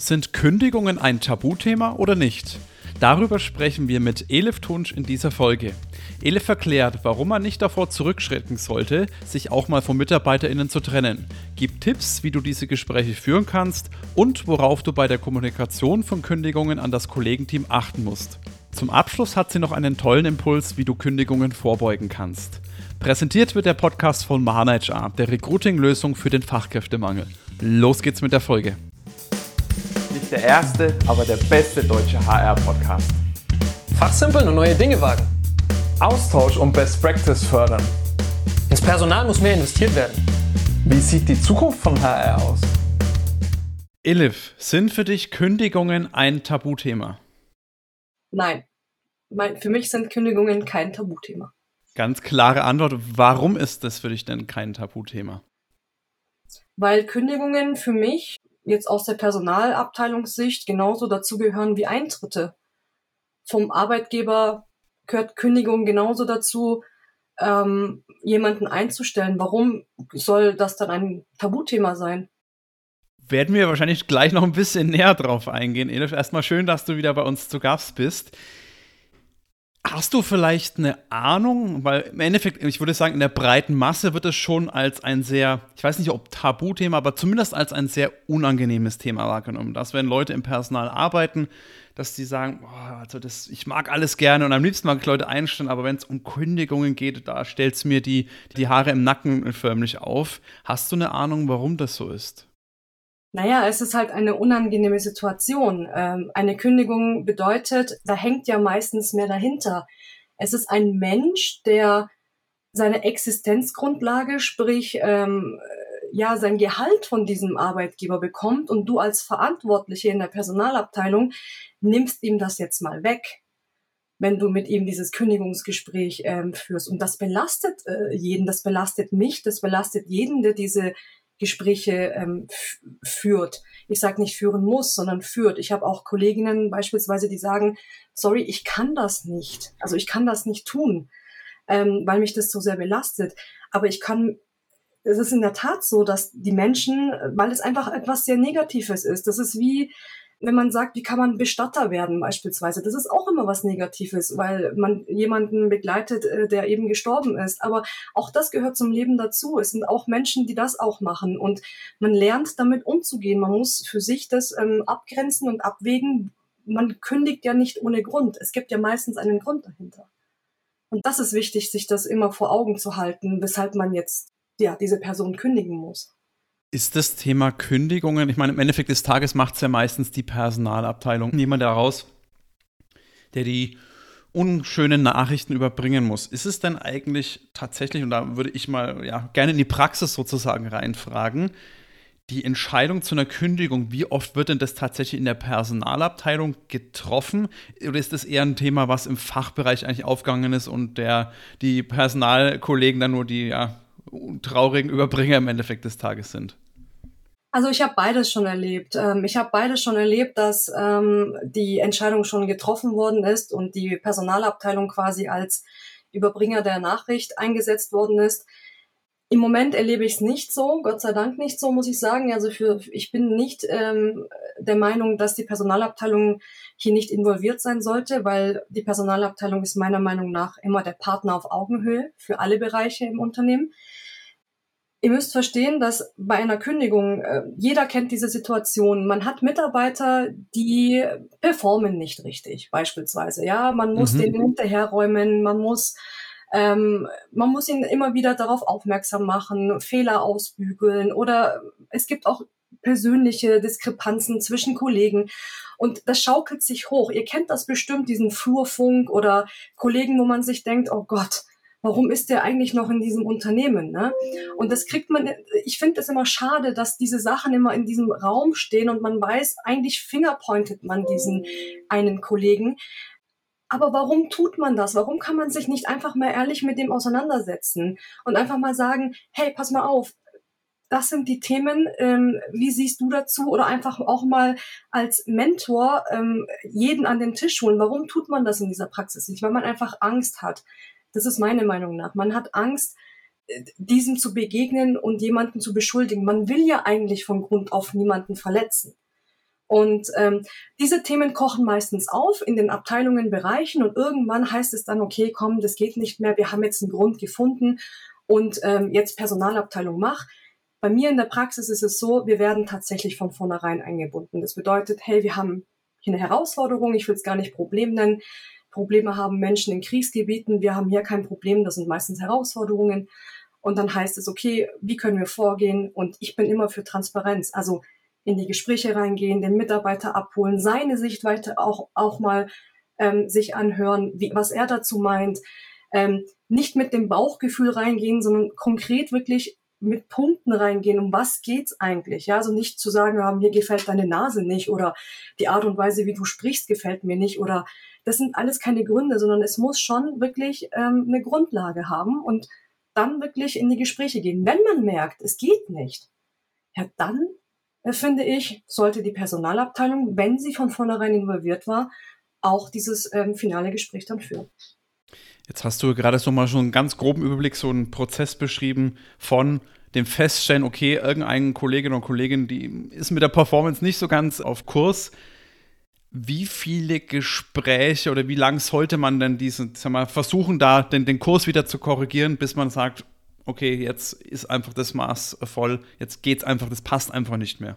Sind Kündigungen ein Tabuthema oder nicht? Darüber sprechen wir mit Elif Tunç in dieser Folge. Elif erklärt, warum man nicht davor zurückschrecken sollte, sich auch mal von MitarbeiterInnen zu trennen, gibt Tipps, wie du diese Gespräche führen kannst und worauf du bei der Kommunikation von Kündigungen an das Kollegenteam achten musst. Zum Abschluss hat sie noch einen tollen Impuls, wie du Kündigungen vorbeugen kannst. Präsentiert wird der Podcast von Mahana HR, der Recruiting-Lösung für den Fachkräftemangel. Los geht's mit der Folge. Nicht der erste, aber der beste deutsche HR-Podcast. Fachsimpeln und neue Dinge wagen. Austausch und Best Practice fördern. Ins Personal muss mehr investiert werden. Wie sieht die Zukunft von HR aus? Elif, sind für dich Kündigungen ein Tabuthema? Nein, für mich sind Kündigungen kein Tabuthema. Ganz klare Antwort. Warum ist das für dich denn kein Tabuthema? Weil Kündigungen für mich jetzt aus der Personalabteilungssicht genauso dazugehören wie Eintritte. Vom Arbeitgeber gehört Kündigung genauso dazu, jemanden einzustellen. Warum soll das dann ein Tabuthema sein? Werden wir wahrscheinlich gleich noch ein bisschen näher drauf eingehen. Elif, erstmal schön, dass du wieder bei uns zu Gast bist. Hast du vielleicht eine Ahnung, weil im Endeffekt, ich würde sagen, in der breiten Masse wird es schon als ein sehr, ich weiß nicht, ob Tabuthema, aber zumindest als ein sehr unangenehmes Thema wahrgenommen. Dass wenn Leute im Personal arbeiten, dass die sagen, boah, also ich mag alles gerne und am liebsten mag ich Leute einstellen, aber wenn es um Kündigungen geht, da stellt es mir die Haare im Nacken förmlich auf. Hast du eine Ahnung, warum das so ist? Naja, es ist halt eine unangenehme Situation. Eine Kündigung bedeutet, da hängt ja meistens mehr dahinter. Es ist ein Mensch, der seine Existenzgrundlage, sprich sein Gehalt von diesem Arbeitgeber bekommt und du als Verantwortliche in der Personalabteilung nimmst ihm das jetzt mal weg, wenn du mit ihm dieses Kündigungsgespräch führst. Und das belastet jeden, das belastet mich, das belastet jeden, der diese Gespräche führt. Ich sage nicht führen muss, sondern führt. Ich habe auch Kolleginnen beispielsweise, die sagen, sorry, ich kann das nicht. Also ich kann das nicht tun, weil mich das so sehr belastet. Aber es ist in der Tat so, dass die Menschen, weil es einfach etwas sehr Negatives ist. Das ist wie, wenn man sagt, wie kann man Bestatter werden beispielsweise. Das ist auch immer was Negatives, weil man jemanden begleitet, der eben gestorben ist. Aber auch das gehört zum Leben dazu. Es sind auch Menschen, die das auch machen. Und man lernt damit umzugehen. Man muss für sich das abgrenzen und abwägen. Man kündigt ja nicht ohne Grund. Es gibt ja meistens einen Grund dahinter. Und das ist wichtig, sich das immer vor Augen zu halten, weshalb man jetzt diese Person kündigen muss. Ist das Thema Kündigungen, ich meine, im Endeffekt des Tages macht es ja meistens die Personalabteilung, jemand daraus, der die unschönen Nachrichten überbringen muss. Ist es denn eigentlich tatsächlich, und da würde ich mal gerne in die Praxis sozusagen reinfragen, die Entscheidung zu einer Kündigung, wie oft wird denn das tatsächlich in der Personalabteilung getroffen? Oder ist das eher ein Thema, was im Fachbereich eigentlich aufgegangen ist und die Personalkollegen dann nur die traurigen Überbringer im Endeffekt des Tages sind? Also ich habe beides schon erlebt. Dass die Entscheidung schon getroffen worden ist und die Personalabteilung quasi als Überbringer der Nachricht eingesetzt worden ist. Im Moment erlebe ich es nicht so, Gott sei Dank nicht so, muss ich sagen. Also ich bin nicht der Meinung, dass die Personalabteilung hier nicht involviert sein sollte, weil die Personalabteilung ist meiner Meinung nach immer der Partner auf Augenhöhe für alle Bereiche im Unternehmen. Ihr müsst verstehen, dass bei einer Kündigung, jeder kennt diese Situation, man hat Mitarbeiter, die performen nicht richtig, beispielsweise. Ja, man muss denen hinterherräumen, man muss ihn immer wieder darauf aufmerksam machen, Fehler ausbügeln oder es gibt auch persönliche Diskrepanzen zwischen Kollegen und das schaukelt sich hoch. Ihr kennt das bestimmt, diesen Flurfunk oder Kollegen, wo man sich denkt, oh Gott, warum ist der eigentlich noch in diesem Unternehmen? Ne? Und das ich finde es immer schade, dass diese Sachen immer in diesem Raum stehen und man weiß, eigentlich fingerpointet man diesen einen Kollegen. Aber warum tut man das? Warum kann man sich nicht einfach mal ehrlich mit dem auseinandersetzen und einfach mal sagen, hey, pass mal auf, das sind die Themen, wie siehst du dazu? Oder einfach auch mal als Mentor jeden an den Tisch holen. Warum tut man das in dieser Praxis nicht? Weil man einfach Angst hat. Das ist meine Meinung nach. Man hat Angst, diesem zu begegnen und jemanden zu beschuldigen. Man will ja eigentlich von Grund auf niemanden verletzen. Und diese Themen kochen meistens auf in den Abteilungen, Bereichen und irgendwann heißt es dann, okay, komm, das geht nicht mehr, wir haben jetzt einen Grund gefunden und jetzt Personalabteilung mach. Bei mir in der Praxis ist es so, wir werden tatsächlich von vornherein eingebunden. Das bedeutet, hey, wir haben hier eine Herausforderung, ich will es gar nicht Problem nennen. Probleme haben Menschen in Kriegsgebieten, wir haben hier kein Problem, das sind meistens Herausforderungen. Und dann heißt es, okay, wie können wir vorgehen? Und ich bin immer für Transparenz, also in die Gespräche reingehen, den Mitarbeiter abholen, seine Sichtweite auch mal sich anhören, was er dazu meint. Nicht mit dem Bauchgefühl reingehen, sondern konkret wirklich mit Punkten reingehen, um was geht's eigentlich? Ja, also nicht zu sagen, mir gefällt deine Nase nicht oder die Art und Weise, wie du sprichst, gefällt mir nicht oder das sind alles keine Gründe, sondern es muss schon wirklich eine Grundlage haben und dann wirklich in die Gespräche gehen. Wenn man merkt, es geht nicht, ja, dann finde ich, sollte die Personalabteilung, wenn sie von vornherein involviert war, auch dieses finale Gespräch dann führen. Jetzt hast du gerade so mal schon einen ganz groben Überblick, so einen Prozess beschrieben von dem Feststellen, okay, irgendeine Kollegin oder Kollegin, die ist mit der Performance nicht so ganz auf Kurs. Wie viele Gespräche oder wie lang sollte man denn versuchen, da den Kurs wieder zu korrigieren, bis man sagt, okay, jetzt ist einfach das Maß voll, jetzt geht's einfach, das passt einfach nicht mehr?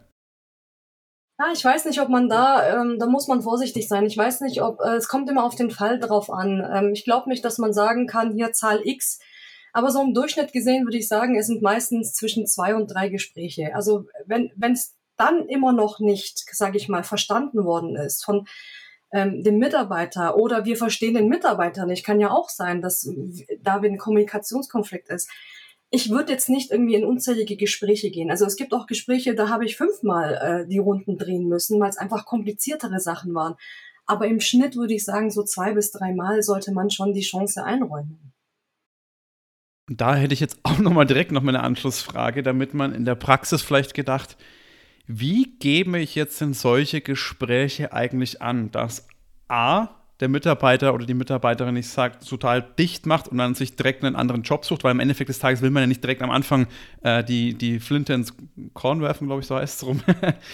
Ja, ich weiß nicht, ob man da muss man vorsichtig sein. Ich weiß nicht, es kommt immer auf den Fall drauf an. Ich glaube nicht, dass man sagen kann, hier Zahl X. Aber so im Durchschnitt gesehen würde ich sagen, es sind meistens zwischen 2 und 3 Gespräche. Also wenn es dann immer noch nicht, sage ich mal, verstanden worden ist von dem Mitarbeiter oder wir verstehen den Mitarbeiter nicht, kann ja auch sein, dass da ein Kommunikationskonflikt ist. Ich würde jetzt nicht irgendwie in unzählige Gespräche gehen. Also es gibt auch Gespräche, da habe ich 5-mal die Runden drehen müssen, weil es einfach kompliziertere Sachen waren. Aber im Schnitt würde ich sagen, so 2 bis 3 Mal sollte man schon die Chance einräumen. Da hätte ich jetzt auch direkt noch mal eine Anschlussfrage, damit man in der Praxis vielleicht gedacht, wie gebe ich jetzt denn solche Gespräche eigentlich an, dass A, der Mitarbeiter oder die Mitarbeiterin nicht sagt, total dicht macht und dann sich direkt einen anderen Job sucht, weil im Endeffekt des Tages will man ja nicht direkt am Anfang die Flinte ins Korn werfen, glaube ich, so heißt es rum.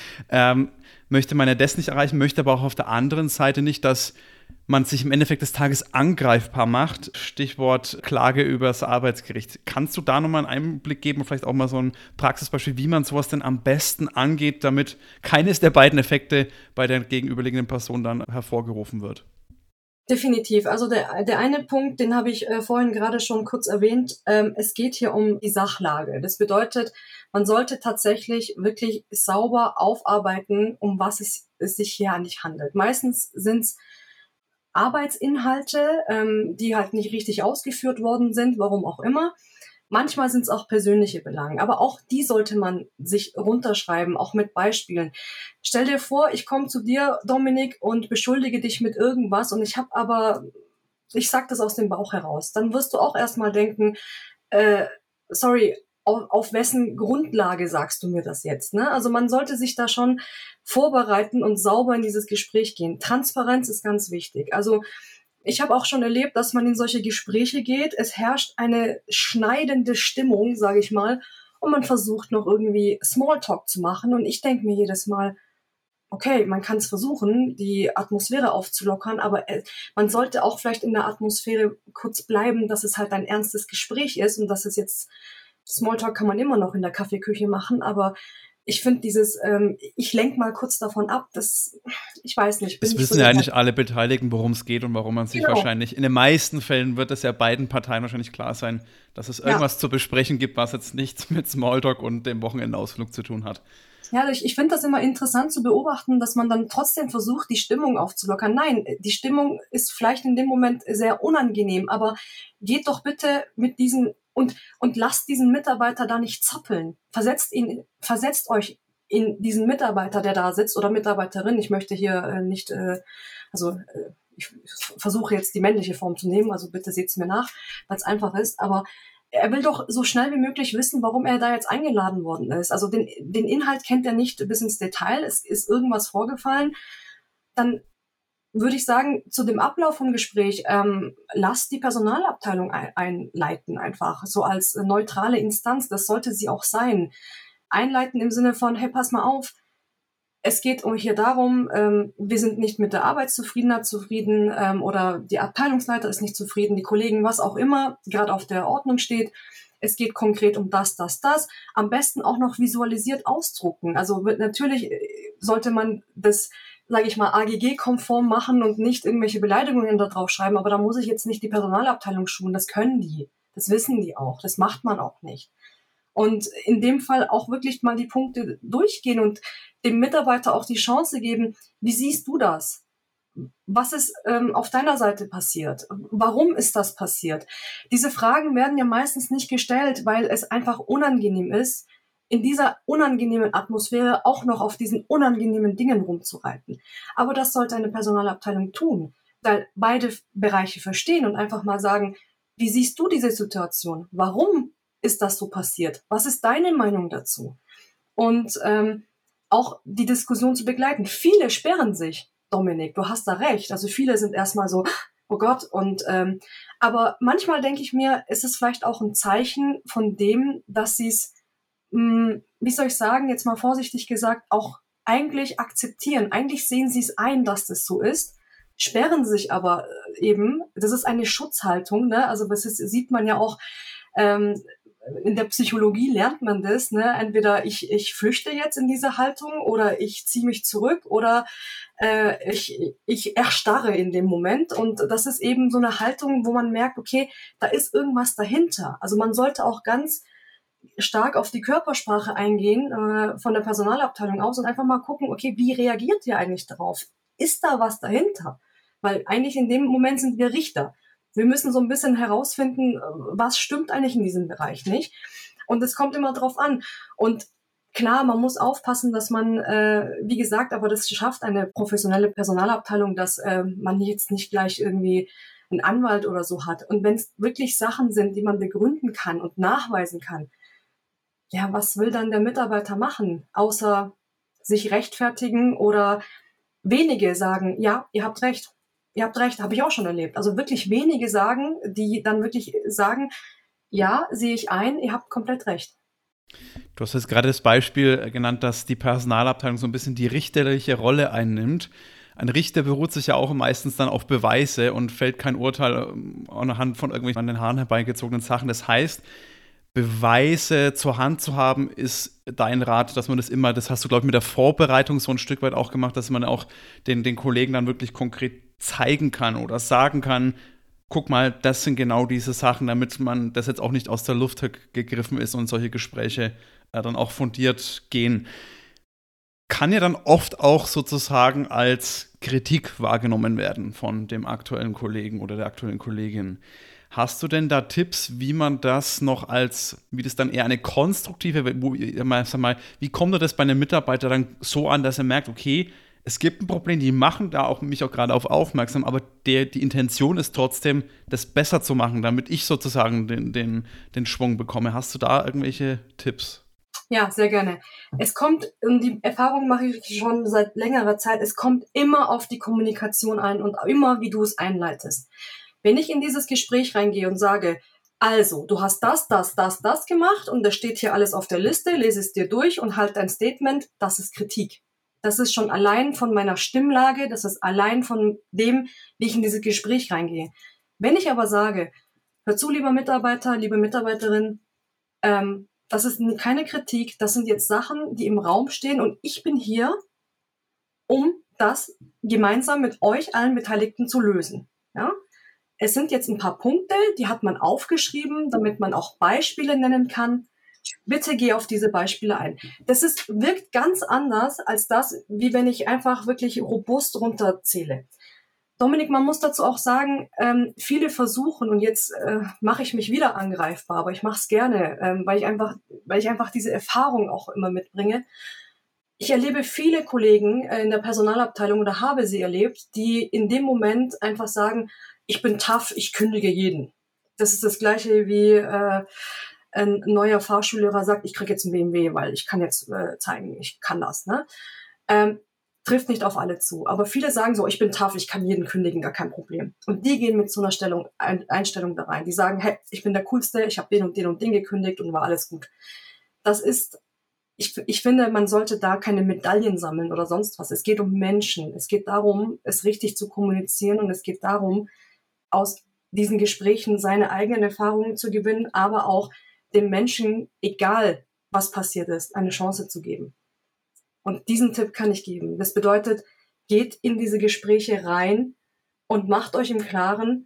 Möchte man ja das nicht erreichen, möchte aber auch auf der anderen Seite nicht, dass man sich im Endeffekt des Tages angreifbar macht. Stichwort Klage übers Arbeitsgericht. Kannst du da nochmal einen Einblick geben, vielleicht auch mal so ein Praxisbeispiel, wie man sowas denn am besten angeht, damit keines der beiden Effekte bei der gegenüberliegenden Person dann hervorgerufen wird? Definitiv. Also der eine Punkt, den habe ich vorhin gerade schon kurz erwähnt. Es geht hier um die Sachlage. Das bedeutet, man sollte tatsächlich wirklich sauber aufarbeiten, um was es sich hier eigentlich handelt. Meistens sind es Arbeitsinhalte, die halt nicht richtig ausgeführt worden sind, warum auch immer. Manchmal sind es auch persönliche Belange, aber auch die sollte man sich runterschreiben, auch mit Beispielen. Stell dir vor, ich komme zu dir, Dominik, und beschuldige dich mit irgendwas und ich sag das aus dem Bauch heraus. Dann wirst du auch erstmal denken, sorry, auf wessen Grundlage sagst du mir das jetzt? Ne? Also man sollte sich da schon vorbereiten und sauber in dieses Gespräch gehen. Transparenz ist ganz wichtig. Also ich habe auch schon erlebt, dass man in solche Gespräche geht. Es herrscht eine schneidende Stimmung, sage ich mal, und man versucht noch irgendwie Smalltalk zu machen. Und ich denke mir jedes Mal, okay, man kann es versuchen, die Atmosphäre aufzulockern, aber man sollte auch vielleicht in der Atmosphäre kurz bleiben, dass es halt ein ernstes Gespräch ist und dass es jetzt Smalltalk kann man immer noch in der Kaffeeküche machen, aber ich finde ich lenke mal kurz davon ab, ich weiß nicht. Es wissen ja eigentlich alle Beteiligten, worum es geht und warum man sich wahrscheinlich, in den meisten Fällen wird es ja beiden Parteien wahrscheinlich klar sein, dass es irgendwas zu besprechen gibt, was jetzt nichts mit Smalltalk und dem Wochenendausflug zu tun hat. Ja, ich finde das immer interessant zu beobachten, dass man dann trotzdem versucht, die Stimmung aufzulockern. Nein, die Stimmung ist vielleicht in dem Moment sehr unangenehm, aber geht doch bitte mit diesen und lasst diesen Mitarbeiter da nicht zappeln. Versetzt euch in diesen Mitarbeiter, der da sitzt oder Mitarbeiterin. Ich möchte hier ich versuche jetzt die männliche Form zu nehmen, also bitte seht's mir nach, weil es einfach ist, aber er will doch so schnell wie möglich wissen, warum er da jetzt eingeladen worden ist. Also den Inhalt kennt er nicht bis ins Detail, es ist irgendwas vorgefallen, dann würde ich sagen, zu dem Ablauf vom Gespräch, lasst die Personalabteilung einleiten einfach, so als neutrale Instanz, das sollte sie auch sein. Einleiten im Sinne von, hey, pass mal auf, es geht hier darum, wir sind nicht mit der Arbeitszufriedenheit zufrieden oder die Abteilungsleiter ist nicht zufrieden, die Kollegen, was auch immer gerade auf der Ordnung steht. Es geht konkret um das. Am besten auch noch visualisiert ausdrucken. Also natürlich sollte man das, sage ich mal, AGG-konform machen und nicht irgendwelche Beleidigungen da drauf schreiben. Aber da muss ich jetzt nicht die Personalabteilung schulen. Das können die. Das wissen die auch. Das macht man auch nicht. Und in dem Fall auch wirklich mal die Punkte durchgehen und dem Mitarbeiter auch die Chance geben, wie siehst du das? Was ist auf deiner Seite passiert? Warum ist das passiert? Diese Fragen werden ja meistens nicht gestellt, weil es einfach unangenehm ist, in dieser unangenehmen Atmosphäre auch noch auf diesen unangenehmen Dingen rumzureiten. Aber das sollte eine Personalabteilung tun, weil beide Bereiche verstehen und einfach mal sagen, wie siehst du diese Situation? Warum ist das so passiert? Was ist deine Meinung dazu? Und auch die Diskussion zu begleiten. Viele sperren sich. Dominik, du hast da recht. Also viele sind erstmal so, oh Gott. Und aber manchmal denke ich mir, ist es vielleicht auch ein Zeichen von dem, dass sie es, wie soll ich sagen, jetzt mal vorsichtig gesagt, auch eigentlich akzeptieren. Eigentlich sehen sie es ein, dass das so ist, sperren sich aber eben. Das ist eine Schutzhaltung. Ne? Also das sieht man ja auch. In der Psychologie lernt man das, ne? Entweder ich flüchte jetzt in diese Haltung oder ich ziehe mich zurück oder ich erstarre in dem Moment. Und das ist eben so eine Haltung, wo man merkt, okay, da ist irgendwas dahinter. Also man sollte auch ganz stark auf die Körpersprache eingehen von der Personalabteilung aus und einfach mal gucken, okay, wie reagiert ihr eigentlich darauf? Ist da was dahinter? Weil eigentlich in dem Moment sind wir Richter. Wir müssen so ein bisschen herausfinden, was stimmt eigentlich in diesem Bereich nicht. Und es kommt immer drauf an. Und klar, man muss aufpassen, dass man, wie gesagt, aber das schafft eine professionelle Personalabteilung, dass man jetzt nicht gleich irgendwie einen Anwalt oder so hat. Und wenn es wirklich Sachen sind, die man begründen kann und nachweisen kann, ja, was will dann der Mitarbeiter machen, außer sich rechtfertigen oder wenige sagen, ja, ihr habt recht. Ihr habt recht, habe ich auch schon erlebt. Also wirklich wenige sagen, die dann wirklich sagen, ja, sehe ich ein, ihr habt komplett recht. Du hast jetzt gerade das Beispiel genannt, dass die Personalabteilung so ein bisschen die richterliche Rolle einnimmt. Ein Richter beruht sich ja auch meistens dann auf Beweise und fällt kein Urteil anhand von irgendwelchen an den Haaren herbeigezogenen Sachen. Das heißt, Beweise zur Hand zu haben, ist dein Rat, dass man das immer, das hast du, glaube ich, mit der Vorbereitung so ein Stück weit auch gemacht, dass man auch den Kollegen dann wirklich konkret zeigen kann oder sagen kann, guck mal, das sind genau diese Sachen, damit man das jetzt auch nicht aus der Luft gegriffen ist und solche Gespräche dann auch fundiert gehen. Kann ja dann oft auch sozusagen als Kritik wahrgenommen werden von dem aktuellen Kollegen oder der aktuellen Kollegin. Hast du denn da Tipps, wie man das noch wie das dann eher eine konstruktive, wie kommt das bei einem Mitarbeiter dann so an, dass er merkt, okay, es gibt ein Problem, die machen da auch mich auch gerade auf aufmerksam, aber die Intention ist trotzdem, das besser zu machen, damit ich sozusagen den Schwung bekomme. Hast du da irgendwelche Tipps? Ja, sehr gerne. Es kommt, und die Erfahrung mache ich schon seit längerer Zeit, es kommt immer auf die Kommunikation ein und immer, wie du es einleitest. Wenn ich in dieses Gespräch reingehe und sage, also, du hast das gemacht und das steht hier alles auf der Liste, lese es dir durch und halt dein Statement, das ist Kritik. Das ist schon allein von meiner Stimmlage, das ist allein von dem, wie ich in dieses Gespräch reingehe. Wenn ich aber sage, hör zu, lieber Mitarbeiter, liebe Mitarbeiterin, das ist keine Kritik, das sind jetzt Sachen, die im Raum stehen und ich bin hier, um das gemeinsam mit euch allen Beteiligten zu lösen. Ja? Es sind jetzt ein paar Punkte, die hat man aufgeschrieben, damit man auch Beispiele nennen kann. Bitte geh auf diese Beispiele ein. Wirkt ganz anders als das, wie wenn ich einfach wirklich robust runterzähle. Dominik, man muss dazu auch sagen, viele versuchen, und jetzt mache ich mich wieder angreifbar, aber ich mache es gerne, weil ich einfach diese Erfahrung auch immer mitbringe. Ich erlebe viele Kollegen in der Personalabteilung oder habe sie erlebt, die in dem Moment einfach sagen, ich bin tough, ich kündige jeden. Das ist das Gleiche wie ein neuer Fahrschullehrer sagt, ich kriege jetzt einen BMW, weil ich kann jetzt zeigen, ich kann das. Ne? Trifft nicht auf alle zu. Aber viele sagen so, ich bin tough, ich kann jeden kündigen, gar kein Problem. Und die gehen mit so einer Einstellung da rein. Die sagen, hey, ich bin der Coolste, ich habe den und den gekündigt und war alles gut. Das ist ich finde, man sollte da keine Medaillen sammeln oder sonst was. Es geht um Menschen. Es geht darum, es richtig zu kommunizieren und es geht darum, aus diesen Gesprächen seine eigenen Erfahrungen zu gewinnen, aber auch dem Menschen, egal was passiert ist, eine Chance zu geben. Und diesen Tipp kann ich geben. Das bedeutet, geht in diese Gespräche rein und macht euch im Klaren,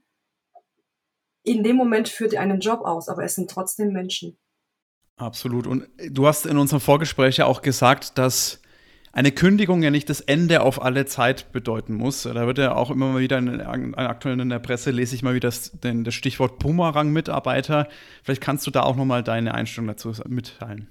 in dem Moment führt ihr einen Job aus, aber es sind trotzdem Menschen. Absolut. Und du hast in unserem Vorgespräch ja auch gesagt, dass eine Kündigung ja nicht das Ende auf alle Zeit bedeuten muss. Da wird ja auch immer mal wieder aktuell in der Presse, lese ich mal wieder das Stichwort Bumerang-Mitarbeiter. Vielleicht kannst du da auch nochmal deine Einstellung dazu mitteilen.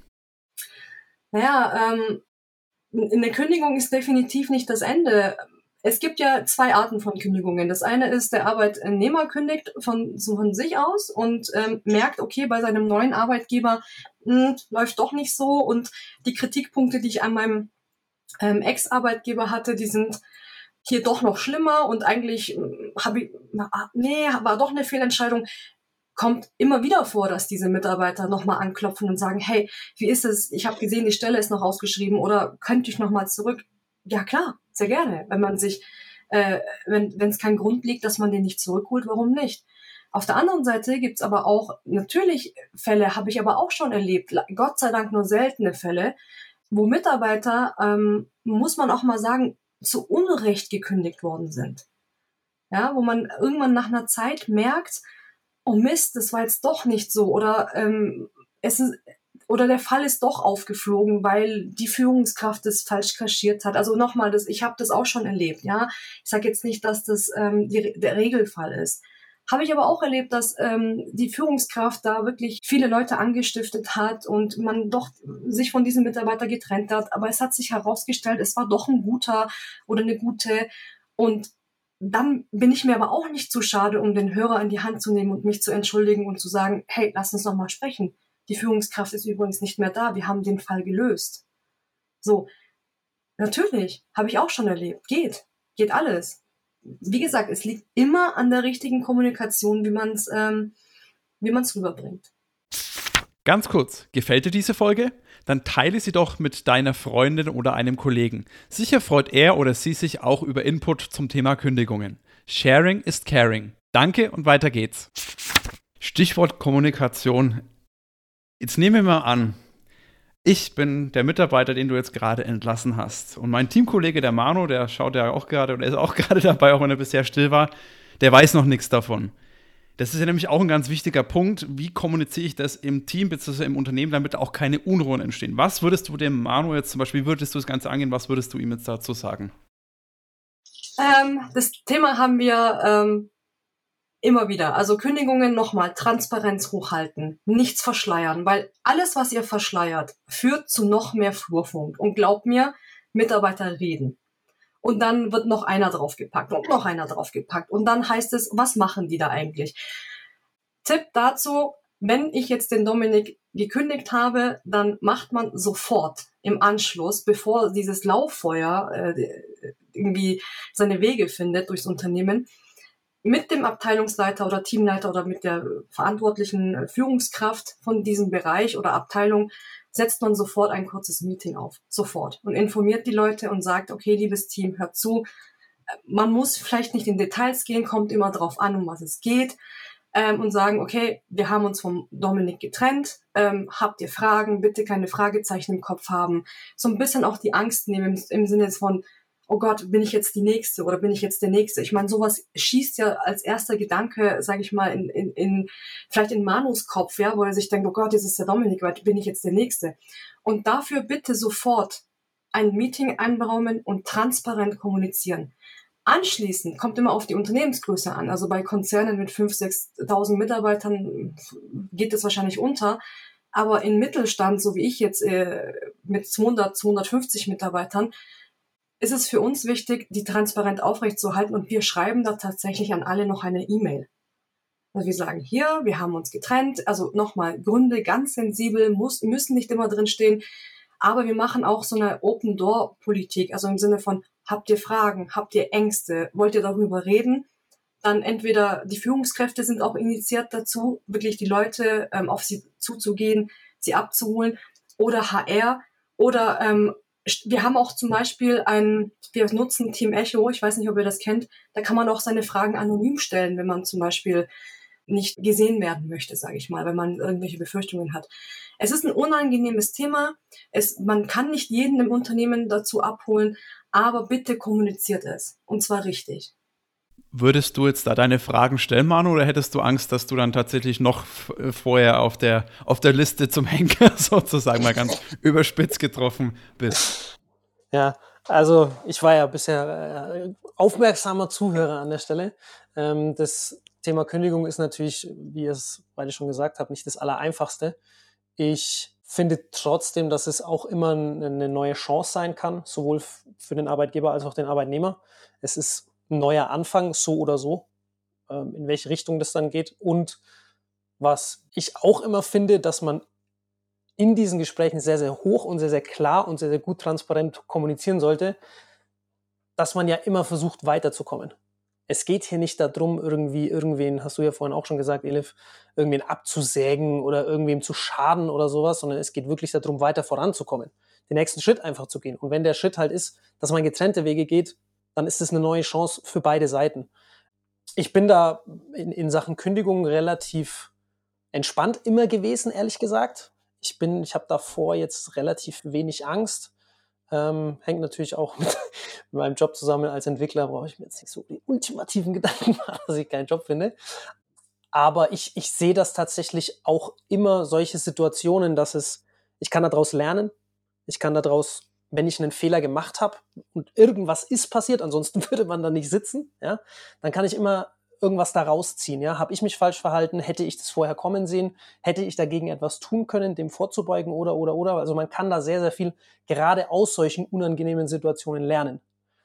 Naja, eine Kündigung ist definitiv nicht das Ende. Es gibt ja 2 Arten von Kündigungen. Das eine ist, der Arbeitnehmer kündigt von sich aus und merkt, okay, bei seinem neuen Arbeitgeber läuft doch nicht so und die Kritikpunkte, die ich an meinem Ex-Arbeitgeber hatte, die sind hier doch noch schlimmer und eigentlich war doch eine Fehlentscheidung. Kommt immer wieder vor, dass diese Mitarbeiter nochmal anklopfen und sagen, hey, wie ist es? Ich habe gesehen, die Stelle ist noch ausgeschrieben oder könnte ich nochmal zurück? Ja klar, sehr gerne. Wenn man sich, wenn es keinen Grund liegt, dass man den nicht zurückholt, warum nicht? Auf der anderen Seite gibt's aber auch natürlich Fälle, habe ich aber auch schon erlebt, Gott sei Dank nur seltene Fälle, wo Mitarbeiter, muss man auch mal sagen, zu Unrecht gekündigt worden sind. Ja, wo man irgendwann nach einer Zeit merkt, oh Mist, das war jetzt doch nicht so oder oder der Fall ist doch aufgeflogen, weil die Führungskraft das falsch kaschiert hat. Also nochmal, ich habe das auch schon erlebt. Ja, ich sage jetzt nicht, dass das der Regelfall ist. Habe ich aber auch erlebt, dass die Führungskraft da wirklich viele Leute angestiftet hat und man doch sich von diesem Mitarbeiter getrennt hat. Aber es hat sich herausgestellt, es war doch ein guter oder eine gute. Und dann bin ich mir aber auch nicht zu schade, um den Hörer in die Hand zu nehmen und mich zu entschuldigen und zu sagen, hey, lass uns noch mal sprechen. Die Führungskraft ist übrigens nicht mehr da. Wir haben den Fall gelöst. So, natürlich, habe ich auch schon erlebt. Geht alles. Wie gesagt, es liegt immer an der richtigen Kommunikation, wie man es rüberbringt. Ganz kurz, gefällt dir diese Folge? Dann teile sie doch mit deiner Freundin oder einem Kollegen. Sicher freut er oder sie sich auch über Input zum Thema Kündigungen. Sharing ist caring. Danke und weiter geht's. Stichwort Kommunikation. Jetzt nehmen wir mal an, ich bin der Mitarbeiter, den du jetzt gerade entlassen hast. Und mein Teamkollege, der Manu, der schaut ja auch gerade oder ist auch gerade dabei, auch wenn er bisher still war, der weiß noch nichts davon. Das ist ja nämlich auch ein ganz wichtiger Punkt. Wie kommuniziere ich das im Team bzw. im Unternehmen, damit auch keine Unruhen entstehen? Was würdest du dem Manu jetzt zum Beispiel, wie würdest du das Ganze angehen? Was würdest du ihm jetzt dazu sagen? Das Thema haben wir immer wieder. Also Kündigungen nochmal, Transparenz hochhalten, nichts verschleiern, weil alles, was ihr verschleiert, führt zu noch mehr Flurfunk. Und glaubt mir, Mitarbeiter reden. Und dann wird noch einer draufgepackt und noch einer draufgepackt. Und dann heißt es, was machen die da eigentlich? Tipp dazu, wenn ich jetzt den Dominik gekündigt habe, dann macht man sofort im Anschluss, bevor dieses Lauffeuer irgendwie seine Wege findet durchs Unternehmen, mit dem Abteilungsleiter oder Teamleiter oder mit der verantwortlichen Führungskraft von diesem Bereich oder Abteilung setzt man sofort ein kurzes Meeting auf. Sofort. Und informiert die Leute und sagt, okay, liebes Team, hört zu. Man muss vielleicht nicht in Details gehen, kommt immer drauf an, um was es geht. Und sagen, okay, wir haben uns vom Dominik getrennt. Habt ihr Fragen? Bitte keine Fragezeichen im Kopf haben. So ein bisschen auch die Angst nehmen im Sinne von, oh Gott, bin ich jetzt die Nächste oder bin ich jetzt der Nächste? Ich meine, sowas schießt ja als erster Gedanke, sage ich mal, vielleicht in Manus Kopf, ja, wo er sich denkt, oh Gott, jetzt ist der Dominik, bin ich jetzt der Nächste? Und dafür bitte sofort ein Meeting einberaumen und transparent kommunizieren. Anschließend kommt immer auf die Unternehmensgröße an. Also bei Konzernen mit 5.000, 6.000 Mitarbeitern geht das wahrscheinlich unter. Aber in Mittelstand, so wie ich jetzt mit 200, 250 Mitarbeitern, ist es für uns wichtig, die transparent aufrechtzuerhalten und wir schreiben da tatsächlich an alle noch eine E-Mail. Also wir sagen hier, wir haben uns getrennt, also nochmal Gründe ganz sensibel, müssen nicht immer drinstehen, aber wir machen auch so eine Open-Door-Politik, also im Sinne von, habt ihr Fragen, habt ihr Ängste, wollt ihr darüber reden? Dann entweder die Führungskräfte sind auch initiiert dazu, wirklich die Leute auf sie zuzugehen, sie abzuholen, oder HR Oder wir haben auch zum Beispiel wir nutzen Team Echo, ich weiß nicht, ob ihr das kennt, da kann man auch seine Fragen anonym stellen, wenn man zum Beispiel nicht gesehen werden möchte, sage ich mal, wenn man irgendwelche Befürchtungen hat. Es ist ein unangenehmes Thema. Man kann nicht jeden im Unternehmen dazu abholen, aber bitte kommuniziert es. Und zwar richtig. Würdest du jetzt da deine Fragen stellen, Manu, oder hättest du Angst, dass du dann tatsächlich noch vorher auf der Liste zum Henker sozusagen mal ganz überspitzt getroffen bist? Ja, also ich war ja bisher aufmerksamer Zuhörer an der Stelle. Das Thema Kündigung ist natürlich, wie ihr es beide schon gesagt habt, nicht das Allereinfachste. Ich finde trotzdem, dass es auch immer eine neue Chance sein kann, sowohl für den Arbeitgeber als auch den Arbeitnehmer. Es ist ein neuer Anfang, so oder so, in welche Richtung das dann geht. Und was ich auch immer finde, dass man in diesen Gesprächen sehr, sehr hoch und sehr, sehr klar und sehr, sehr gut transparent kommunizieren sollte, dass man ja immer versucht, weiterzukommen. Es geht hier nicht darum, irgendwen, hast du ja vorhin auch schon gesagt, Elif, irgendwen abzusägen oder irgendwem zu schaden oder sowas, sondern es geht wirklich darum, weiter voranzukommen, den nächsten Schritt einfach zu gehen. Und wenn der Schritt halt ist, dass man getrennte Wege geht, dann ist es eine neue Chance für beide Seiten. Ich bin da in Sachen Kündigung relativ entspannt immer gewesen, ehrlich gesagt. Ich habe davor jetzt relativ wenig Angst. Hängt natürlich auch mit meinem Job zusammen als Entwickler, brauche ich mir jetzt nicht so die ultimativen Gedanken machen, dass ich keinen Job finde. Aber ich sehe das tatsächlich auch immer solche Situationen, ich kann daraus lernen, ich kann daraus, wenn ich einen Fehler gemacht habe und irgendwas ist passiert, ansonsten würde man da nicht sitzen, ja, dann kann ich immer irgendwas da rausziehen, ja, habe ich mich falsch verhalten, hätte ich das vorher kommen sehen, hätte ich dagegen etwas tun können, dem vorzubeugen oder, also man kann da sehr, sehr viel gerade aus solchen unangenehmen Situationen lernen.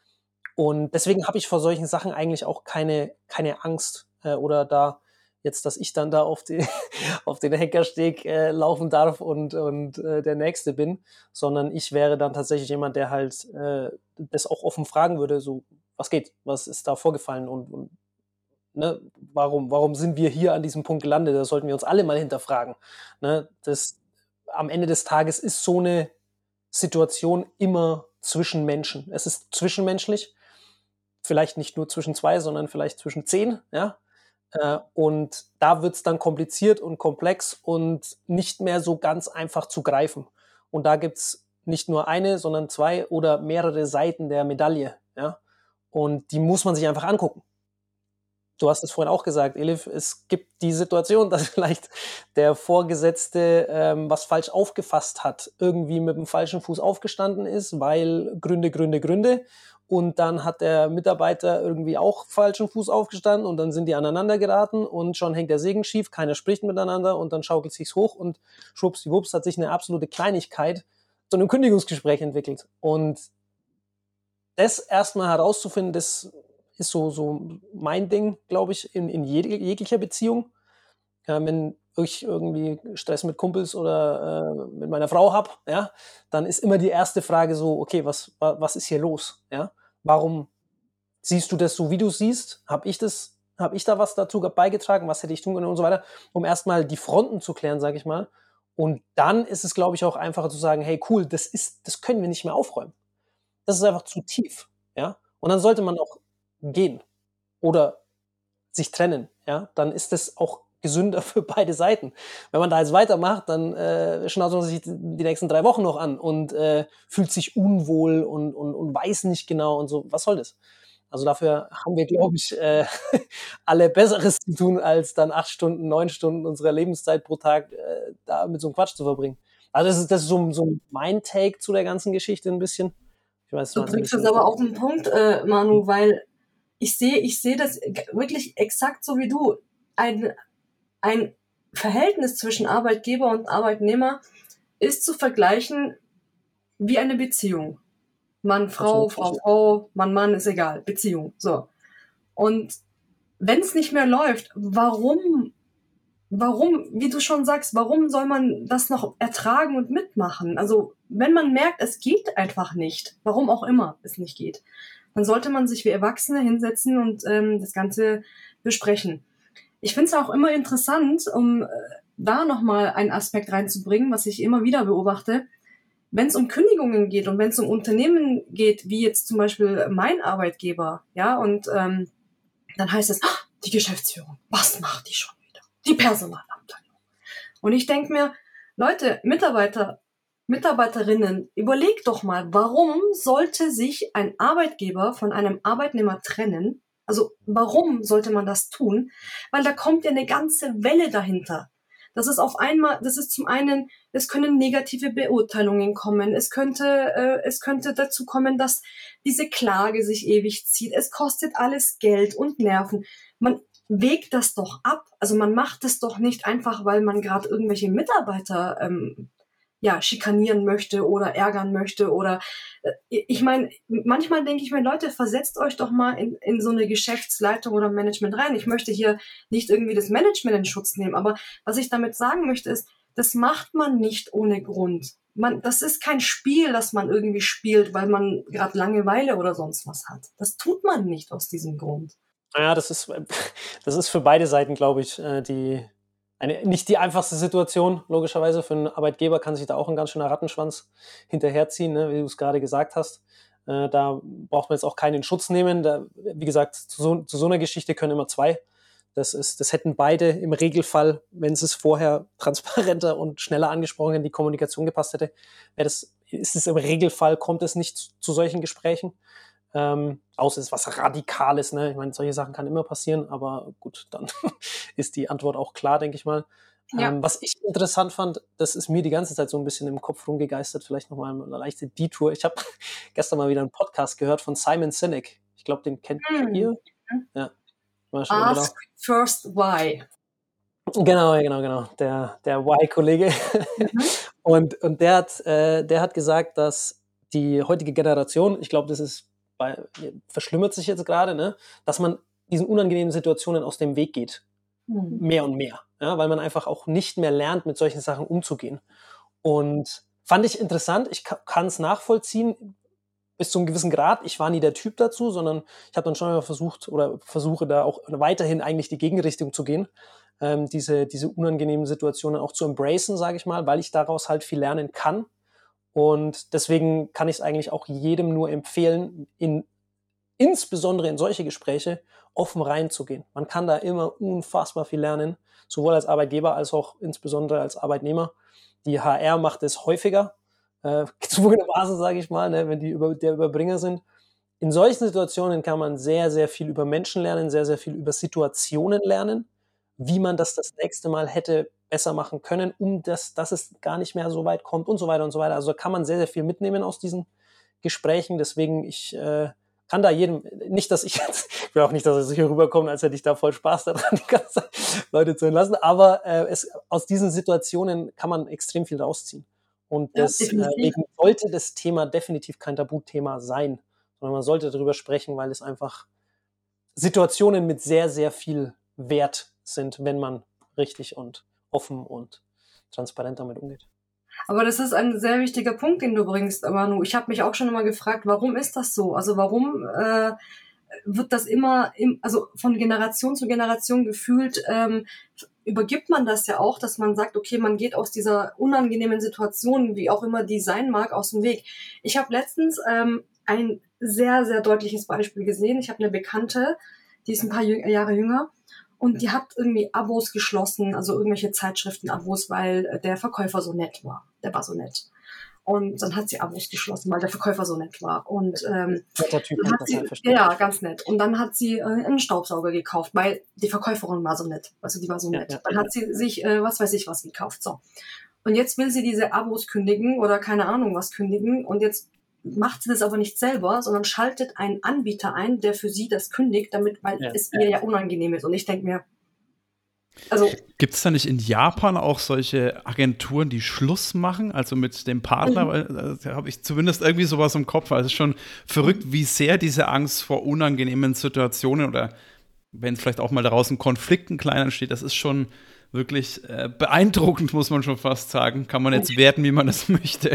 Und deswegen habe ich vor solchen Sachen eigentlich auch keine Angst oder da jetzt, dass ich dann da auf den Heckersteg laufen darf und der Nächste bin, sondern ich wäre dann tatsächlich jemand, der halt das auch offen fragen würde, so, was geht, was ist da vorgefallen und ne, warum sind wir hier an diesem Punkt gelandet? Das sollten wir uns alle mal hinterfragen. Ne? Am Ende des Tages ist so eine Situation immer zwischen Menschen. Es ist zwischenmenschlich, vielleicht nicht nur zwischen zwei, sondern vielleicht zwischen 10, ja. Und da wird es dann kompliziert und komplex und nicht mehr so ganz einfach zu greifen. Und da gibt es nicht nur eine, sondern 2 oder mehrere Seiten der Medaille, ja. Und die muss man sich einfach angucken. Du hast es vorhin auch gesagt, Elif, es gibt die Situation, dass vielleicht der Vorgesetzte was falsch aufgefasst hat, irgendwie mit dem falschen Fuß aufgestanden ist, weil Gründe. Und dann hat der Mitarbeiter irgendwie auch falschen Fuß aufgestanden und dann sind die aneinander geraten und schon hängt der Segen schief, keiner spricht miteinander und dann schaukelt sich's hoch und schwuppsdiwupps hat sich eine absolute Kleinigkeit zu einem Kündigungsgespräch entwickelt. Und das erstmal herauszufinden, das ist so mein Ding, glaube ich, in jeglicher Beziehung. Wenn ich irgendwie Stress mit Kumpels oder mit meiner Frau habe, ja, dann ist immer die erste Frage so, okay, was ist hier los? Ja? Warum siehst du das so, wie du siehst? Habe ich da was dazu beigetragen? Was hätte ich tun können und so weiter? Um erstmal die Fronten zu klären, sage ich mal. Und dann ist es, glaube ich, auch einfacher zu sagen, hey, cool, das können wir nicht mehr aufräumen. Das ist einfach zu tief, ja. Und dann sollte man auch gehen oder sich trennen, ja. Dann ist das auch gesünder für beide Seiten. Wenn man da jetzt weitermacht, dann schnauzt man sich die nächsten 3 Wochen noch an und fühlt sich unwohl und weiß nicht genau und so. Was soll das? Also dafür haben wir, glaube ich, alle Besseres zu tun, als dann 8 Stunden, 9 Stunden unserer Lebenszeit pro Tag da mit so einem Quatsch zu verbringen. Also das ist so mein Take zu der ganzen Geschichte ein bisschen. Ich weiß, du bringst es aber auf den Punkt, Manu, weil ich sehe das wirklich exakt so wie du. Ein Verhältnis zwischen Arbeitgeber und Arbeitnehmer ist zu vergleichen wie eine Beziehung. Mann, Frau, Frau, Mann, ist egal. Beziehung. So. Und wenn es nicht mehr läuft, warum, wie du schon sagst, warum soll man das noch ertragen und mitmachen? Also, wenn man merkt, es geht einfach nicht, warum auch immer es nicht geht, dann sollte man sich wie Erwachsene hinsetzen und das Ganze besprechen. Ich finde es auch immer interessant, um da nochmal einen Aspekt reinzubringen, was ich immer wieder beobachte. wenn es um Kündigungen geht und wenn es um Unternehmen geht, wie jetzt zum Beispiel mein Arbeitgeber, ja, und dann heißt es, die Geschäftsführung, was macht die schon wieder? Die Personalabteilung. Und ich denke mir, Leute, Mitarbeiterinnen, überlegt doch mal, warum sollte sich ein Arbeitgeber von einem Arbeitnehmer trennen? Also warum sollte man das tun? Weil da kommt ja eine ganze Welle dahinter. Das ist zum einen, es können negative Beurteilungen kommen. Es könnte dazu kommen, dass diese Klage sich ewig zieht. Es kostet alles Geld und Nerven. Man wägt das doch ab. Also man macht es doch nicht einfach, weil man gerade irgendwelche Mitarbeiter schikanieren möchte oder ärgern möchte oder ich meine, manchmal denke ich mir, Leute, versetzt euch doch mal in so eine Geschäftsleitung oder Management rein. Ich möchte hier nicht irgendwie das Management in Schutz nehmen, aber was ich damit sagen möchte ist, das macht man nicht ohne Grund. Das ist kein Spiel, das man irgendwie spielt, weil man gerade Langeweile oder sonst was hat. Das tut man nicht aus diesem Grund. Ja, das ist für beide Seiten, glaube ich, nicht die einfachste Situation, logischerweise. Für einen Arbeitgeber kann sich da auch ein ganz schöner Rattenschwanz hinterherziehen, ne, wie du es gerade gesagt hast. Da braucht man jetzt auch keinen in Schutz nehmen. Wie gesagt, zu so einer Geschichte können immer zwei. Das hätten beide im Regelfall, wenn es vorher transparenter und schneller angesprochen in die Kommunikation gepasst hätte, ist es im Regelfall, kommt es nicht zu solchen Gesprächen. Außer es ist was Radikales, ne? Ich meine, solche Sachen kann immer passieren, aber gut, dann ist die Antwort auch klar, denke ich mal. Ja. Was ich interessant fand, das ist mir die ganze Zeit so ein bisschen im Kopf rumgegeistert, vielleicht nochmal eine leichte Detour. Ich habe gestern mal wieder einen Podcast gehört von Simon Sinek. Ich glaube, den kennt ihr. Ja. Ask first why. Genau. Der Why-Kollege. Und der hat gesagt, dass die heutige Generation, ich glaube, verschlimmert sich jetzt gerade, ne, dass man diesen unangenehmen Situationen aus dem Weg geht. Mehr und mehr. Ja, weil man einfach auch nicht mehr lernt, mit solchen Sachen umzugehen. Und fand ich interessant. Ich kann es nachvollziehen bis zu einem gewissen Grad. Ich war nie der Typ dazu, sondern ich habe dann schon mal versuche da auch weiterhin eigentlich die Gegenrichtung zu gehen. Diese unangenehmen Situationen auch zu embracen, sage ich mal, weil ich daraus halt viel lernen kann. Und deswegen kann ich es eigentlich auch jedem nur empfehlen, insbesondere in solche Gespräche offen reinzugehen. Man kann da immer unfassbar viel lernen, sowohl als Arbeitgeber als auch insbesondere als Arbeitnehmer. Die HR macht es häufiger, gezwungenermaßen, sage ich mal, ne, wenn die der Überbringer sind. In solchen Situationen kann man sehr, sehr viel über Menschen lernen, sehr, sehr viel über Situationen lernen, wie man das nächste Mal hätte besser machen können, dass es gar nicht mehr so weit kommt und so weiter und so weiter. Also kann man sehr, sehr viel mitnehmen aus diesen Gesprächen. Deswegen, ich kann da jedem, nicht, dass ich will auch nicht, dass es hier rüberkommt, als hätte ich da voll Spaß daran, die ganze Zeit Leute zu entlassen, aber aus diesen Situationen kann man extrem viel rausziehen. Und deswegen sollte das Thema definitiv kein Tabuthema sein, sondern man sollte darüber sprechen, weil es einfach Situationen mit sehr, sehr viel Wert sind, wenn man richtig und offen und transparent damit umgeht. Aber das ist ein sehr wichtiger Punkt, den du bringst, Manu. Ich habe mich auch schon immer gefragt, warum ist das so? Also warum wird das immer, also von Generation zu Generation gefühlt, übergibt man das ja auch, dass man sagt, okay, man geht aus dieser unangenehmen Situation, wie auch immer die sein mag, aus dem Weg. Ich habe letztens ein sehr, sehr deutliches Beispiel gesehen. Ich habe eine Bekannte, die ist ein paar Jahre jünger. Und die hat irgendwie Abos geschlossen, also irgendwelche Zeitschriften-Abos, weil der Verkäufer so nett war. Der war so nett. Und dann hat sie Abos geschlossen, weil der Verkäufer so nett war. Und der Typ hat das halt verstanden. Ja, ganz nett. Und dann hat sie einen Staubsauger gekauft, weil die Verkäuferin war so nett. Also die war so nett. Dann hat sie sich was weiß ich was gekauft. So. Und jetzt will sie diese Abos kündigen oder keine Ahnung was kündigen. Und jetzt macht sie das aber nicht selber, sondern schaltet einen Anbieter ein, der für sie das kündigt, weil es ihr ja unangenehm ist. Und ich denke mir, gibt es da nicht in Japan auch solche Agenturen, die Schluss machen, also mit dem Partner? Weil da habe ich zumindest irgendwie sowas im Kopf. Also es ist schon verrückt, wie sehr diese Angst vor unangenehmen Situationen oder wenn es vielleicht auch mal daraus ein Konflikt ein kleiner entsteht, das ist schon wirklich beeindruckend, muss man schon fast sagen. Kann man jetzt werten, wie man das möchte.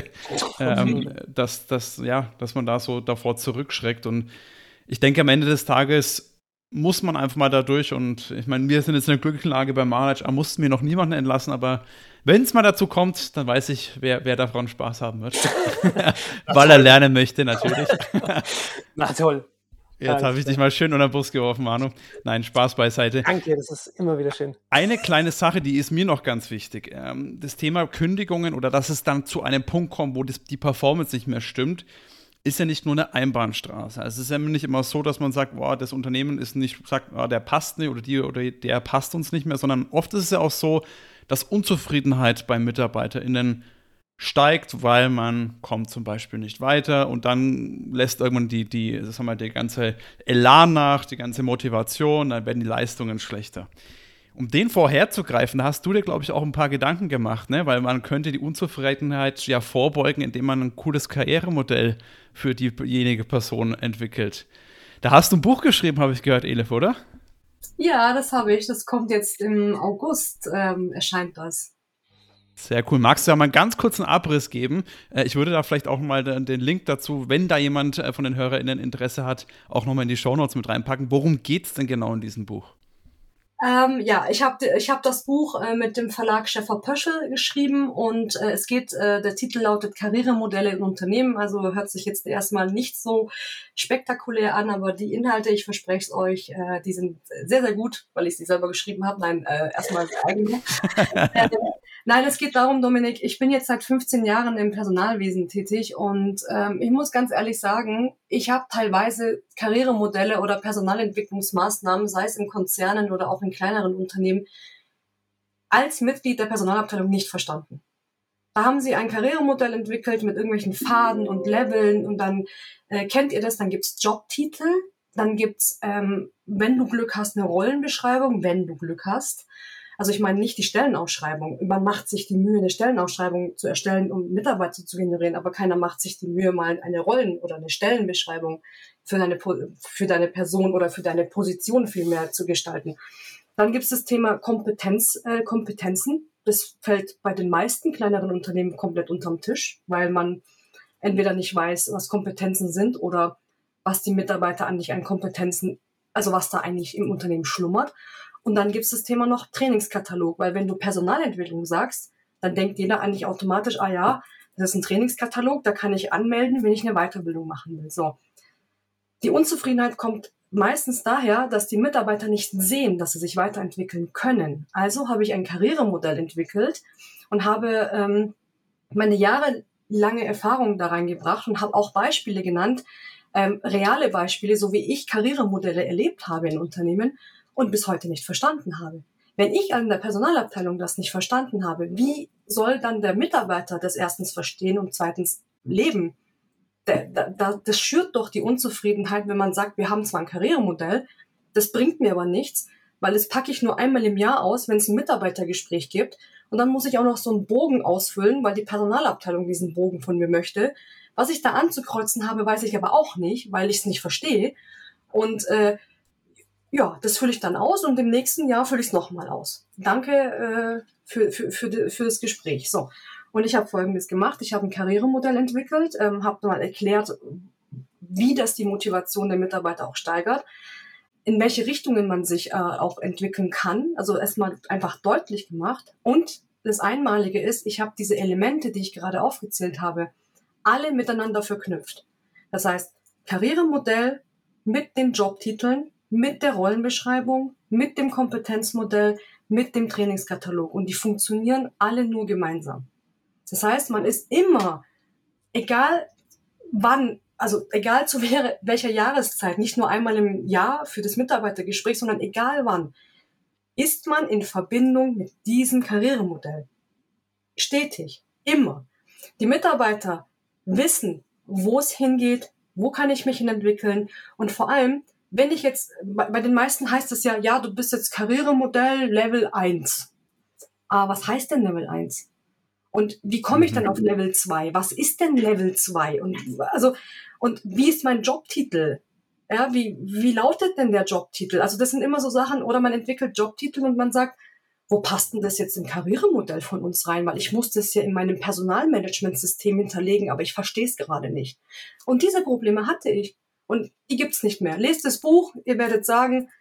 Dass man da so davor zurückschreckt. Und ich denke, am Ende des Tages muss man einfach mal da durch. Und ich meine, wir sind jetzt in der glücklichen Lage bei Maharaj, mussten wir noch niemanden entlassen, aber wenn es mal dazu kommt, dann weiß ich, wer davon Spaß haben wird. Weil er lernen möchte, natürlich. Na toll. Jetzt habe ich dich mal schön unter den Bus geworfen, Manu. Nein, Spaß beiseite. Danke, das ist immer wieder schön. Eine kleine Sache, die ist mir noch ganz wichtig. Das Thema Kündigungen oder dass es dann zu einem Punkt kommt, wo die Performance nicht mehr stimmt, ist ja nicht nur eine Einbahnstraße. Also es ist ja nicht immer so, dass man sagt, boah, das Unternehmen ist nicht, sagt, oh, der passt nicht oder die oder der passt uns nicht mehr, sondern oft ist es ja auch so, dass Unzufriedenheit bei MitarbeiterInnen steigt, weil man kommt zum Beispiel nicht weiter und dann lässt irgendwann der ganze Elan nach, die ganze Motivation, dann werden die Leistungen schlechter. Um den vorherzugreifen, da hast du dir, glaube ich, auch ein paar Gedanken gemacht, ne? Weil man könnte die Unzufriedenheit ja vorbeugen, indem man ein cooles Karrieremodell für diejenige Person entwickelt. Da hast du ein Buch geschrieben, habe ich gehört, Elif, oder? Ja, das habe ich. Das kommt jetzt im August, erscheint das. Sehr cool. Magst du ja mal einen ganz kurzen Abriss geben? Ich würde da vielleicht auch mal den Link dazu, wenn da jemand von den HörerInnen Interesse hat, auch nochmal in die Shownotes mit reinpacken. Worum geht es denn genau in diesem Buch? Ja, ich hab das Buch mit dem Verlag Schäfer-Pöschel geschrieben und der Titel lautet Karrieremodelle in Unternehmen, also hört sich jetzt erstmal nicht so spektakulär an, aber die Inhalte, ich verspreche es euch, die sind sehr, sehr gut, weil ich sie selber geschrieben habe. Nein, erstmal das eigene. Nein, es geht darum, Dominik, ich bin jetzt seit 15 Jahren im Personalwesen tätig und ich muss ganz ehrlich sagen, ich habe teilweise Karrieremodelle oder Personalentwicklungsmaßnahmen, sei es in Konzernen oder auch in kleineren Unternehmen, als Mitglied der Personalabteilung nicht verstanden. Da haben sie ein Karrieremodell entwickelt mit irgendwelchen Pfaden und Leveln und dann kennt ihr das, dann gibt's Jobtitel, dann gibt's, wenn du Glück hast, eine Rollenbeschreibung, wenn du Glück hast. Also ich meine nicht die Stellenausschreibung. Man macht sich die Mühe, eine Stellenausschreibung zu erstellen, um Mitarbeiter zu generieren, aber keiner macht sich die Mühe, mal eine Rollen- oder eine Stellenbeschreibung für deine Person oder für deine Position vielmehr zu gestalten. Dann gibt es das Thema Kompetenzen. Das fällt bei den meisten kleineren Unternehmen komplett unterm Tisch, weil man entweder nicht weiß, was Kompetenzen sind oder was die Mitarbeiter eigentlich an Kompetenzen, also was da eigentlich im Unternehmen schlummert. Und dann gibt es das Thema noch Trainingskatalog, weil wenn du Personalentwicklung sagst, dann denkt jeder eigentlich automatisch, ah ja, das ist ein Trainingskatalog, da kann ich anmelden, wenn ich eine Weiterbildung machen will. So. Die Unzufriedenheit kommt meistens daher, dass die Mitarbeiter nicht sehen, dass sie sich weiterentwickeln können. Also habe ich ein Karrieremodell entwickelt und habe meine jahrelange Erfahrung da reingebracht und habe auch Beispiele genannt, reale Beispiele, so wie ich Karrieremodelle erlebt habe in Unternehmen und bis heute nicht verstanden habe. Wenn ich an der Personalabteilung das nicht verstanden habe, wie soll dann der Mitarbeiter das erstens verstehen und zweitens leben? Das schürt doch die Unzufriedenheit, wenn man sagt, wir haben zwar ein Karrieremodell, das bringt mir aber nichts, weil das packe ich nur einmal im Jahr aus, wenn es ein Mitarbeitergespräch gibt und dann muss ich auch noch so einen Bogen ausfüllen, weil die Personalabteilung diesen Bogen von mir möchte. Was ich da anzukreuzen habe, weiß ich aber auch nicht, weil ich es nicht verstehe und ja, das fülle ich dann aus und im nächsten Jahr fülle ich es nochmal aus. Danke für das Gespräch. So. Und ich habe Folgendes gemacht. Ich habe ein Karrieremodell entwickelt, habe mal erklärt, wie das die Motivation der Mitarbeiter auch steigert, in welche Richtungen man sich auch entwickeln kann. Also erstmal einfach deutlich gemacht. Und das Einmalige ist, ich habe diese Elemente, die ich gerade aufgezählt habe, alle miteinander verknüpft. Das heißt, Karrieremodell mit den Jobtiteln, mit der Rollenbeschreibung, mit dem Kompetenzmodell, mit dem Trainingskatalog. Und die funktionieren alle nur gemeinsam. Das heißt, man ist immer, egal wann, also egal zu welcher Jahreszeit, nicht nur einmal im Jahr für das Mitarbeitergespräch, sondern egal wann, ist man in Verbindung mit diesem Karrieremodell. Stetig, immer. Die Mitarbeiter wissen, wo es hingeht, wo kann ich mich hin entwickeln und vor allem, wenn ich jetzt, bei den meisten heißt es ja, du bist jetzt Karrieremodell Level 1. Aber was heißt denn Level 1? Und wie komme ich dann auf Level 2? Was ist denn Level 2? Und wie ist mein Jobtitel? Ja, wie lautet denn der Jobtitel? Also das sind immer so Sachen, oder man entwickelt Jobtitel und man sagt, wo passt denn das jetzt im Karrieremodell von uns rein? Weil ich muss das ja in meinem Personalmanagementsystem hinterlegen, aber ich verstehe es gerade nicht. Und diese Probleme hatte ich. Und die gibt's nicht mehr. Lest das Buch, ihr werdet sagen,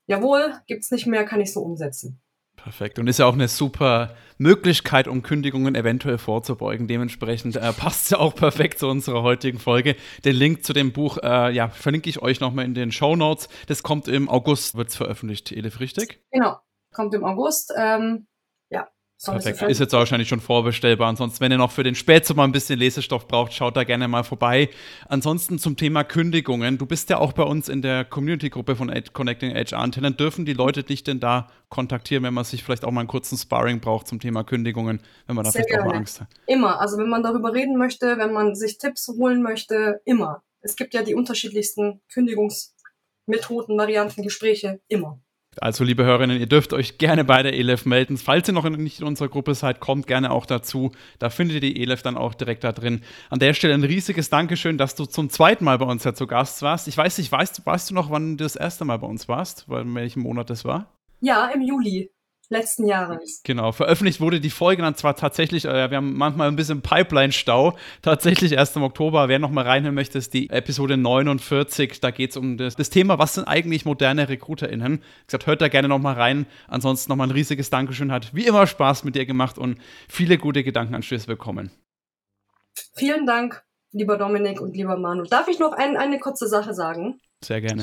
jawohl, gibt's nicht mehr, kann ich so umsetzen. Perfekt. Und ist ja auch eine super Möglichkeit, um Kündigungen eventuell vorzubeugen. Dementsprechend passt es ja auch perfekt zu unserer heutigen Folge. Den Link zu dem Buch verlinke ich euch nochmal in den Shownotes. Das kommt im August, wird es veröffentlicht, Elif, richtig? Genau, kommt im August. Perfekt. Ist jetzt wahrscheinlich schon vorbestellbar. Ansonsten, wenn ihr noch für den Spätsommer ein bisschen Lesestoff braucht, schaut da gerne mal vorbei. Ansonsten zum Thema Kündigungen. Du bist ja auch bei uns in der Community-Gruppe von Connecting HR and Talent. Dürfen die Leute dich denn da kontaktieren, wenn man sich vielleicht auch mal einen kurzen Sparring braucht zum Thema Kündigungen, wenn man da vielleicht auch mal Angst hat? Immer. Also wenn man darüber reden möchte, wenn man sich Tipps holen möchte, immer. Es gibt ja die unterschiedlichsten Kündigungsmethoden, Varianten, Gespräche, immer. Also, liebe Hörerinnen, ihr dürft euch gerne bei der Elif melden. Falls ihr noch nicht in unserer Gruppe seid, kommt gerne auch dazu. Da findet ihr die Elif dann auch direkt da drin. An der Stelle ein riesiges Dankeschön, dass du zum zweiten Mal bei uns ja zu Gast warst. Ich weiß nicht, weißt du noch, wann du das erste Mal bei uns warst? In welchem Monat das war? Ja, im Juli letzten Jahres. Genau, veröffentlicht wurde die Folge dann zwar tatsächlich, wir haben manchmal ein bisschen Pipeline-Stau, tatsächlich erst im Oktober. Wer noch mal reinhören möchte, ist die Episode 49. Da geht es um das Thema, was sind eigentlich moderne RecruiterInnen? Wie gesagt, hört da gerne noch mal rein. Ansonsten noch mal ein riesiges Dankeschön. Hat wie immer Spaß mit dir gemacht und viele gute Gedankenanstöße bekommen. Vielen Dank, lieber Dominik und lieber Manu. Darf ich noch eine kurze Sache sagen? Sehr gerne.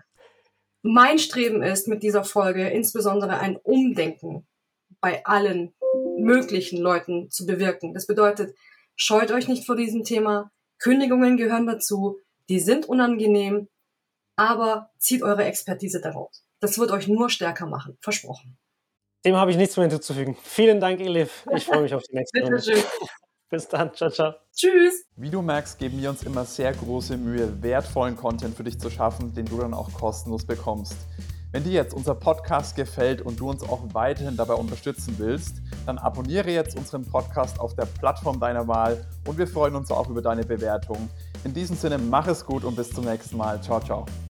Mein Streben ist mit dieser Folge insbesondere ein Umdenken bei allen möglichen Leuten zu bewirken. Das bedeutet, scheut euch nicht vor diesem Thema. Kündigungen gehören dazu. Die sind unangenehm, aber zieht eure Expertise daraus. Das wird euch nur stärker machen. Versprochen. Dem habe ich nichts mehr hinzuzufügen. Vielen Dank, Elif. Ich freue mich auf die nächste Runde. Bitte schön. Bis dann. Ciao, ciao. Tschüss. Wie du merkst, geben wir uns immer sehr große Mühe, wertvollen Content für dich zu schaffen, den du dann auch kostenlos bekommst. Wenn dir jetzt unser Podcast gefällt und du uns auch weiterhin dabei unterstützen willst, dann abonniere jetzt unseren Podcast auf der Plattform deiner Wahl und wir freuen uns auch über deine Bewertung. In diesem Sinne, mach es gut und bis zum nächsten Mal. Ciao, ciao.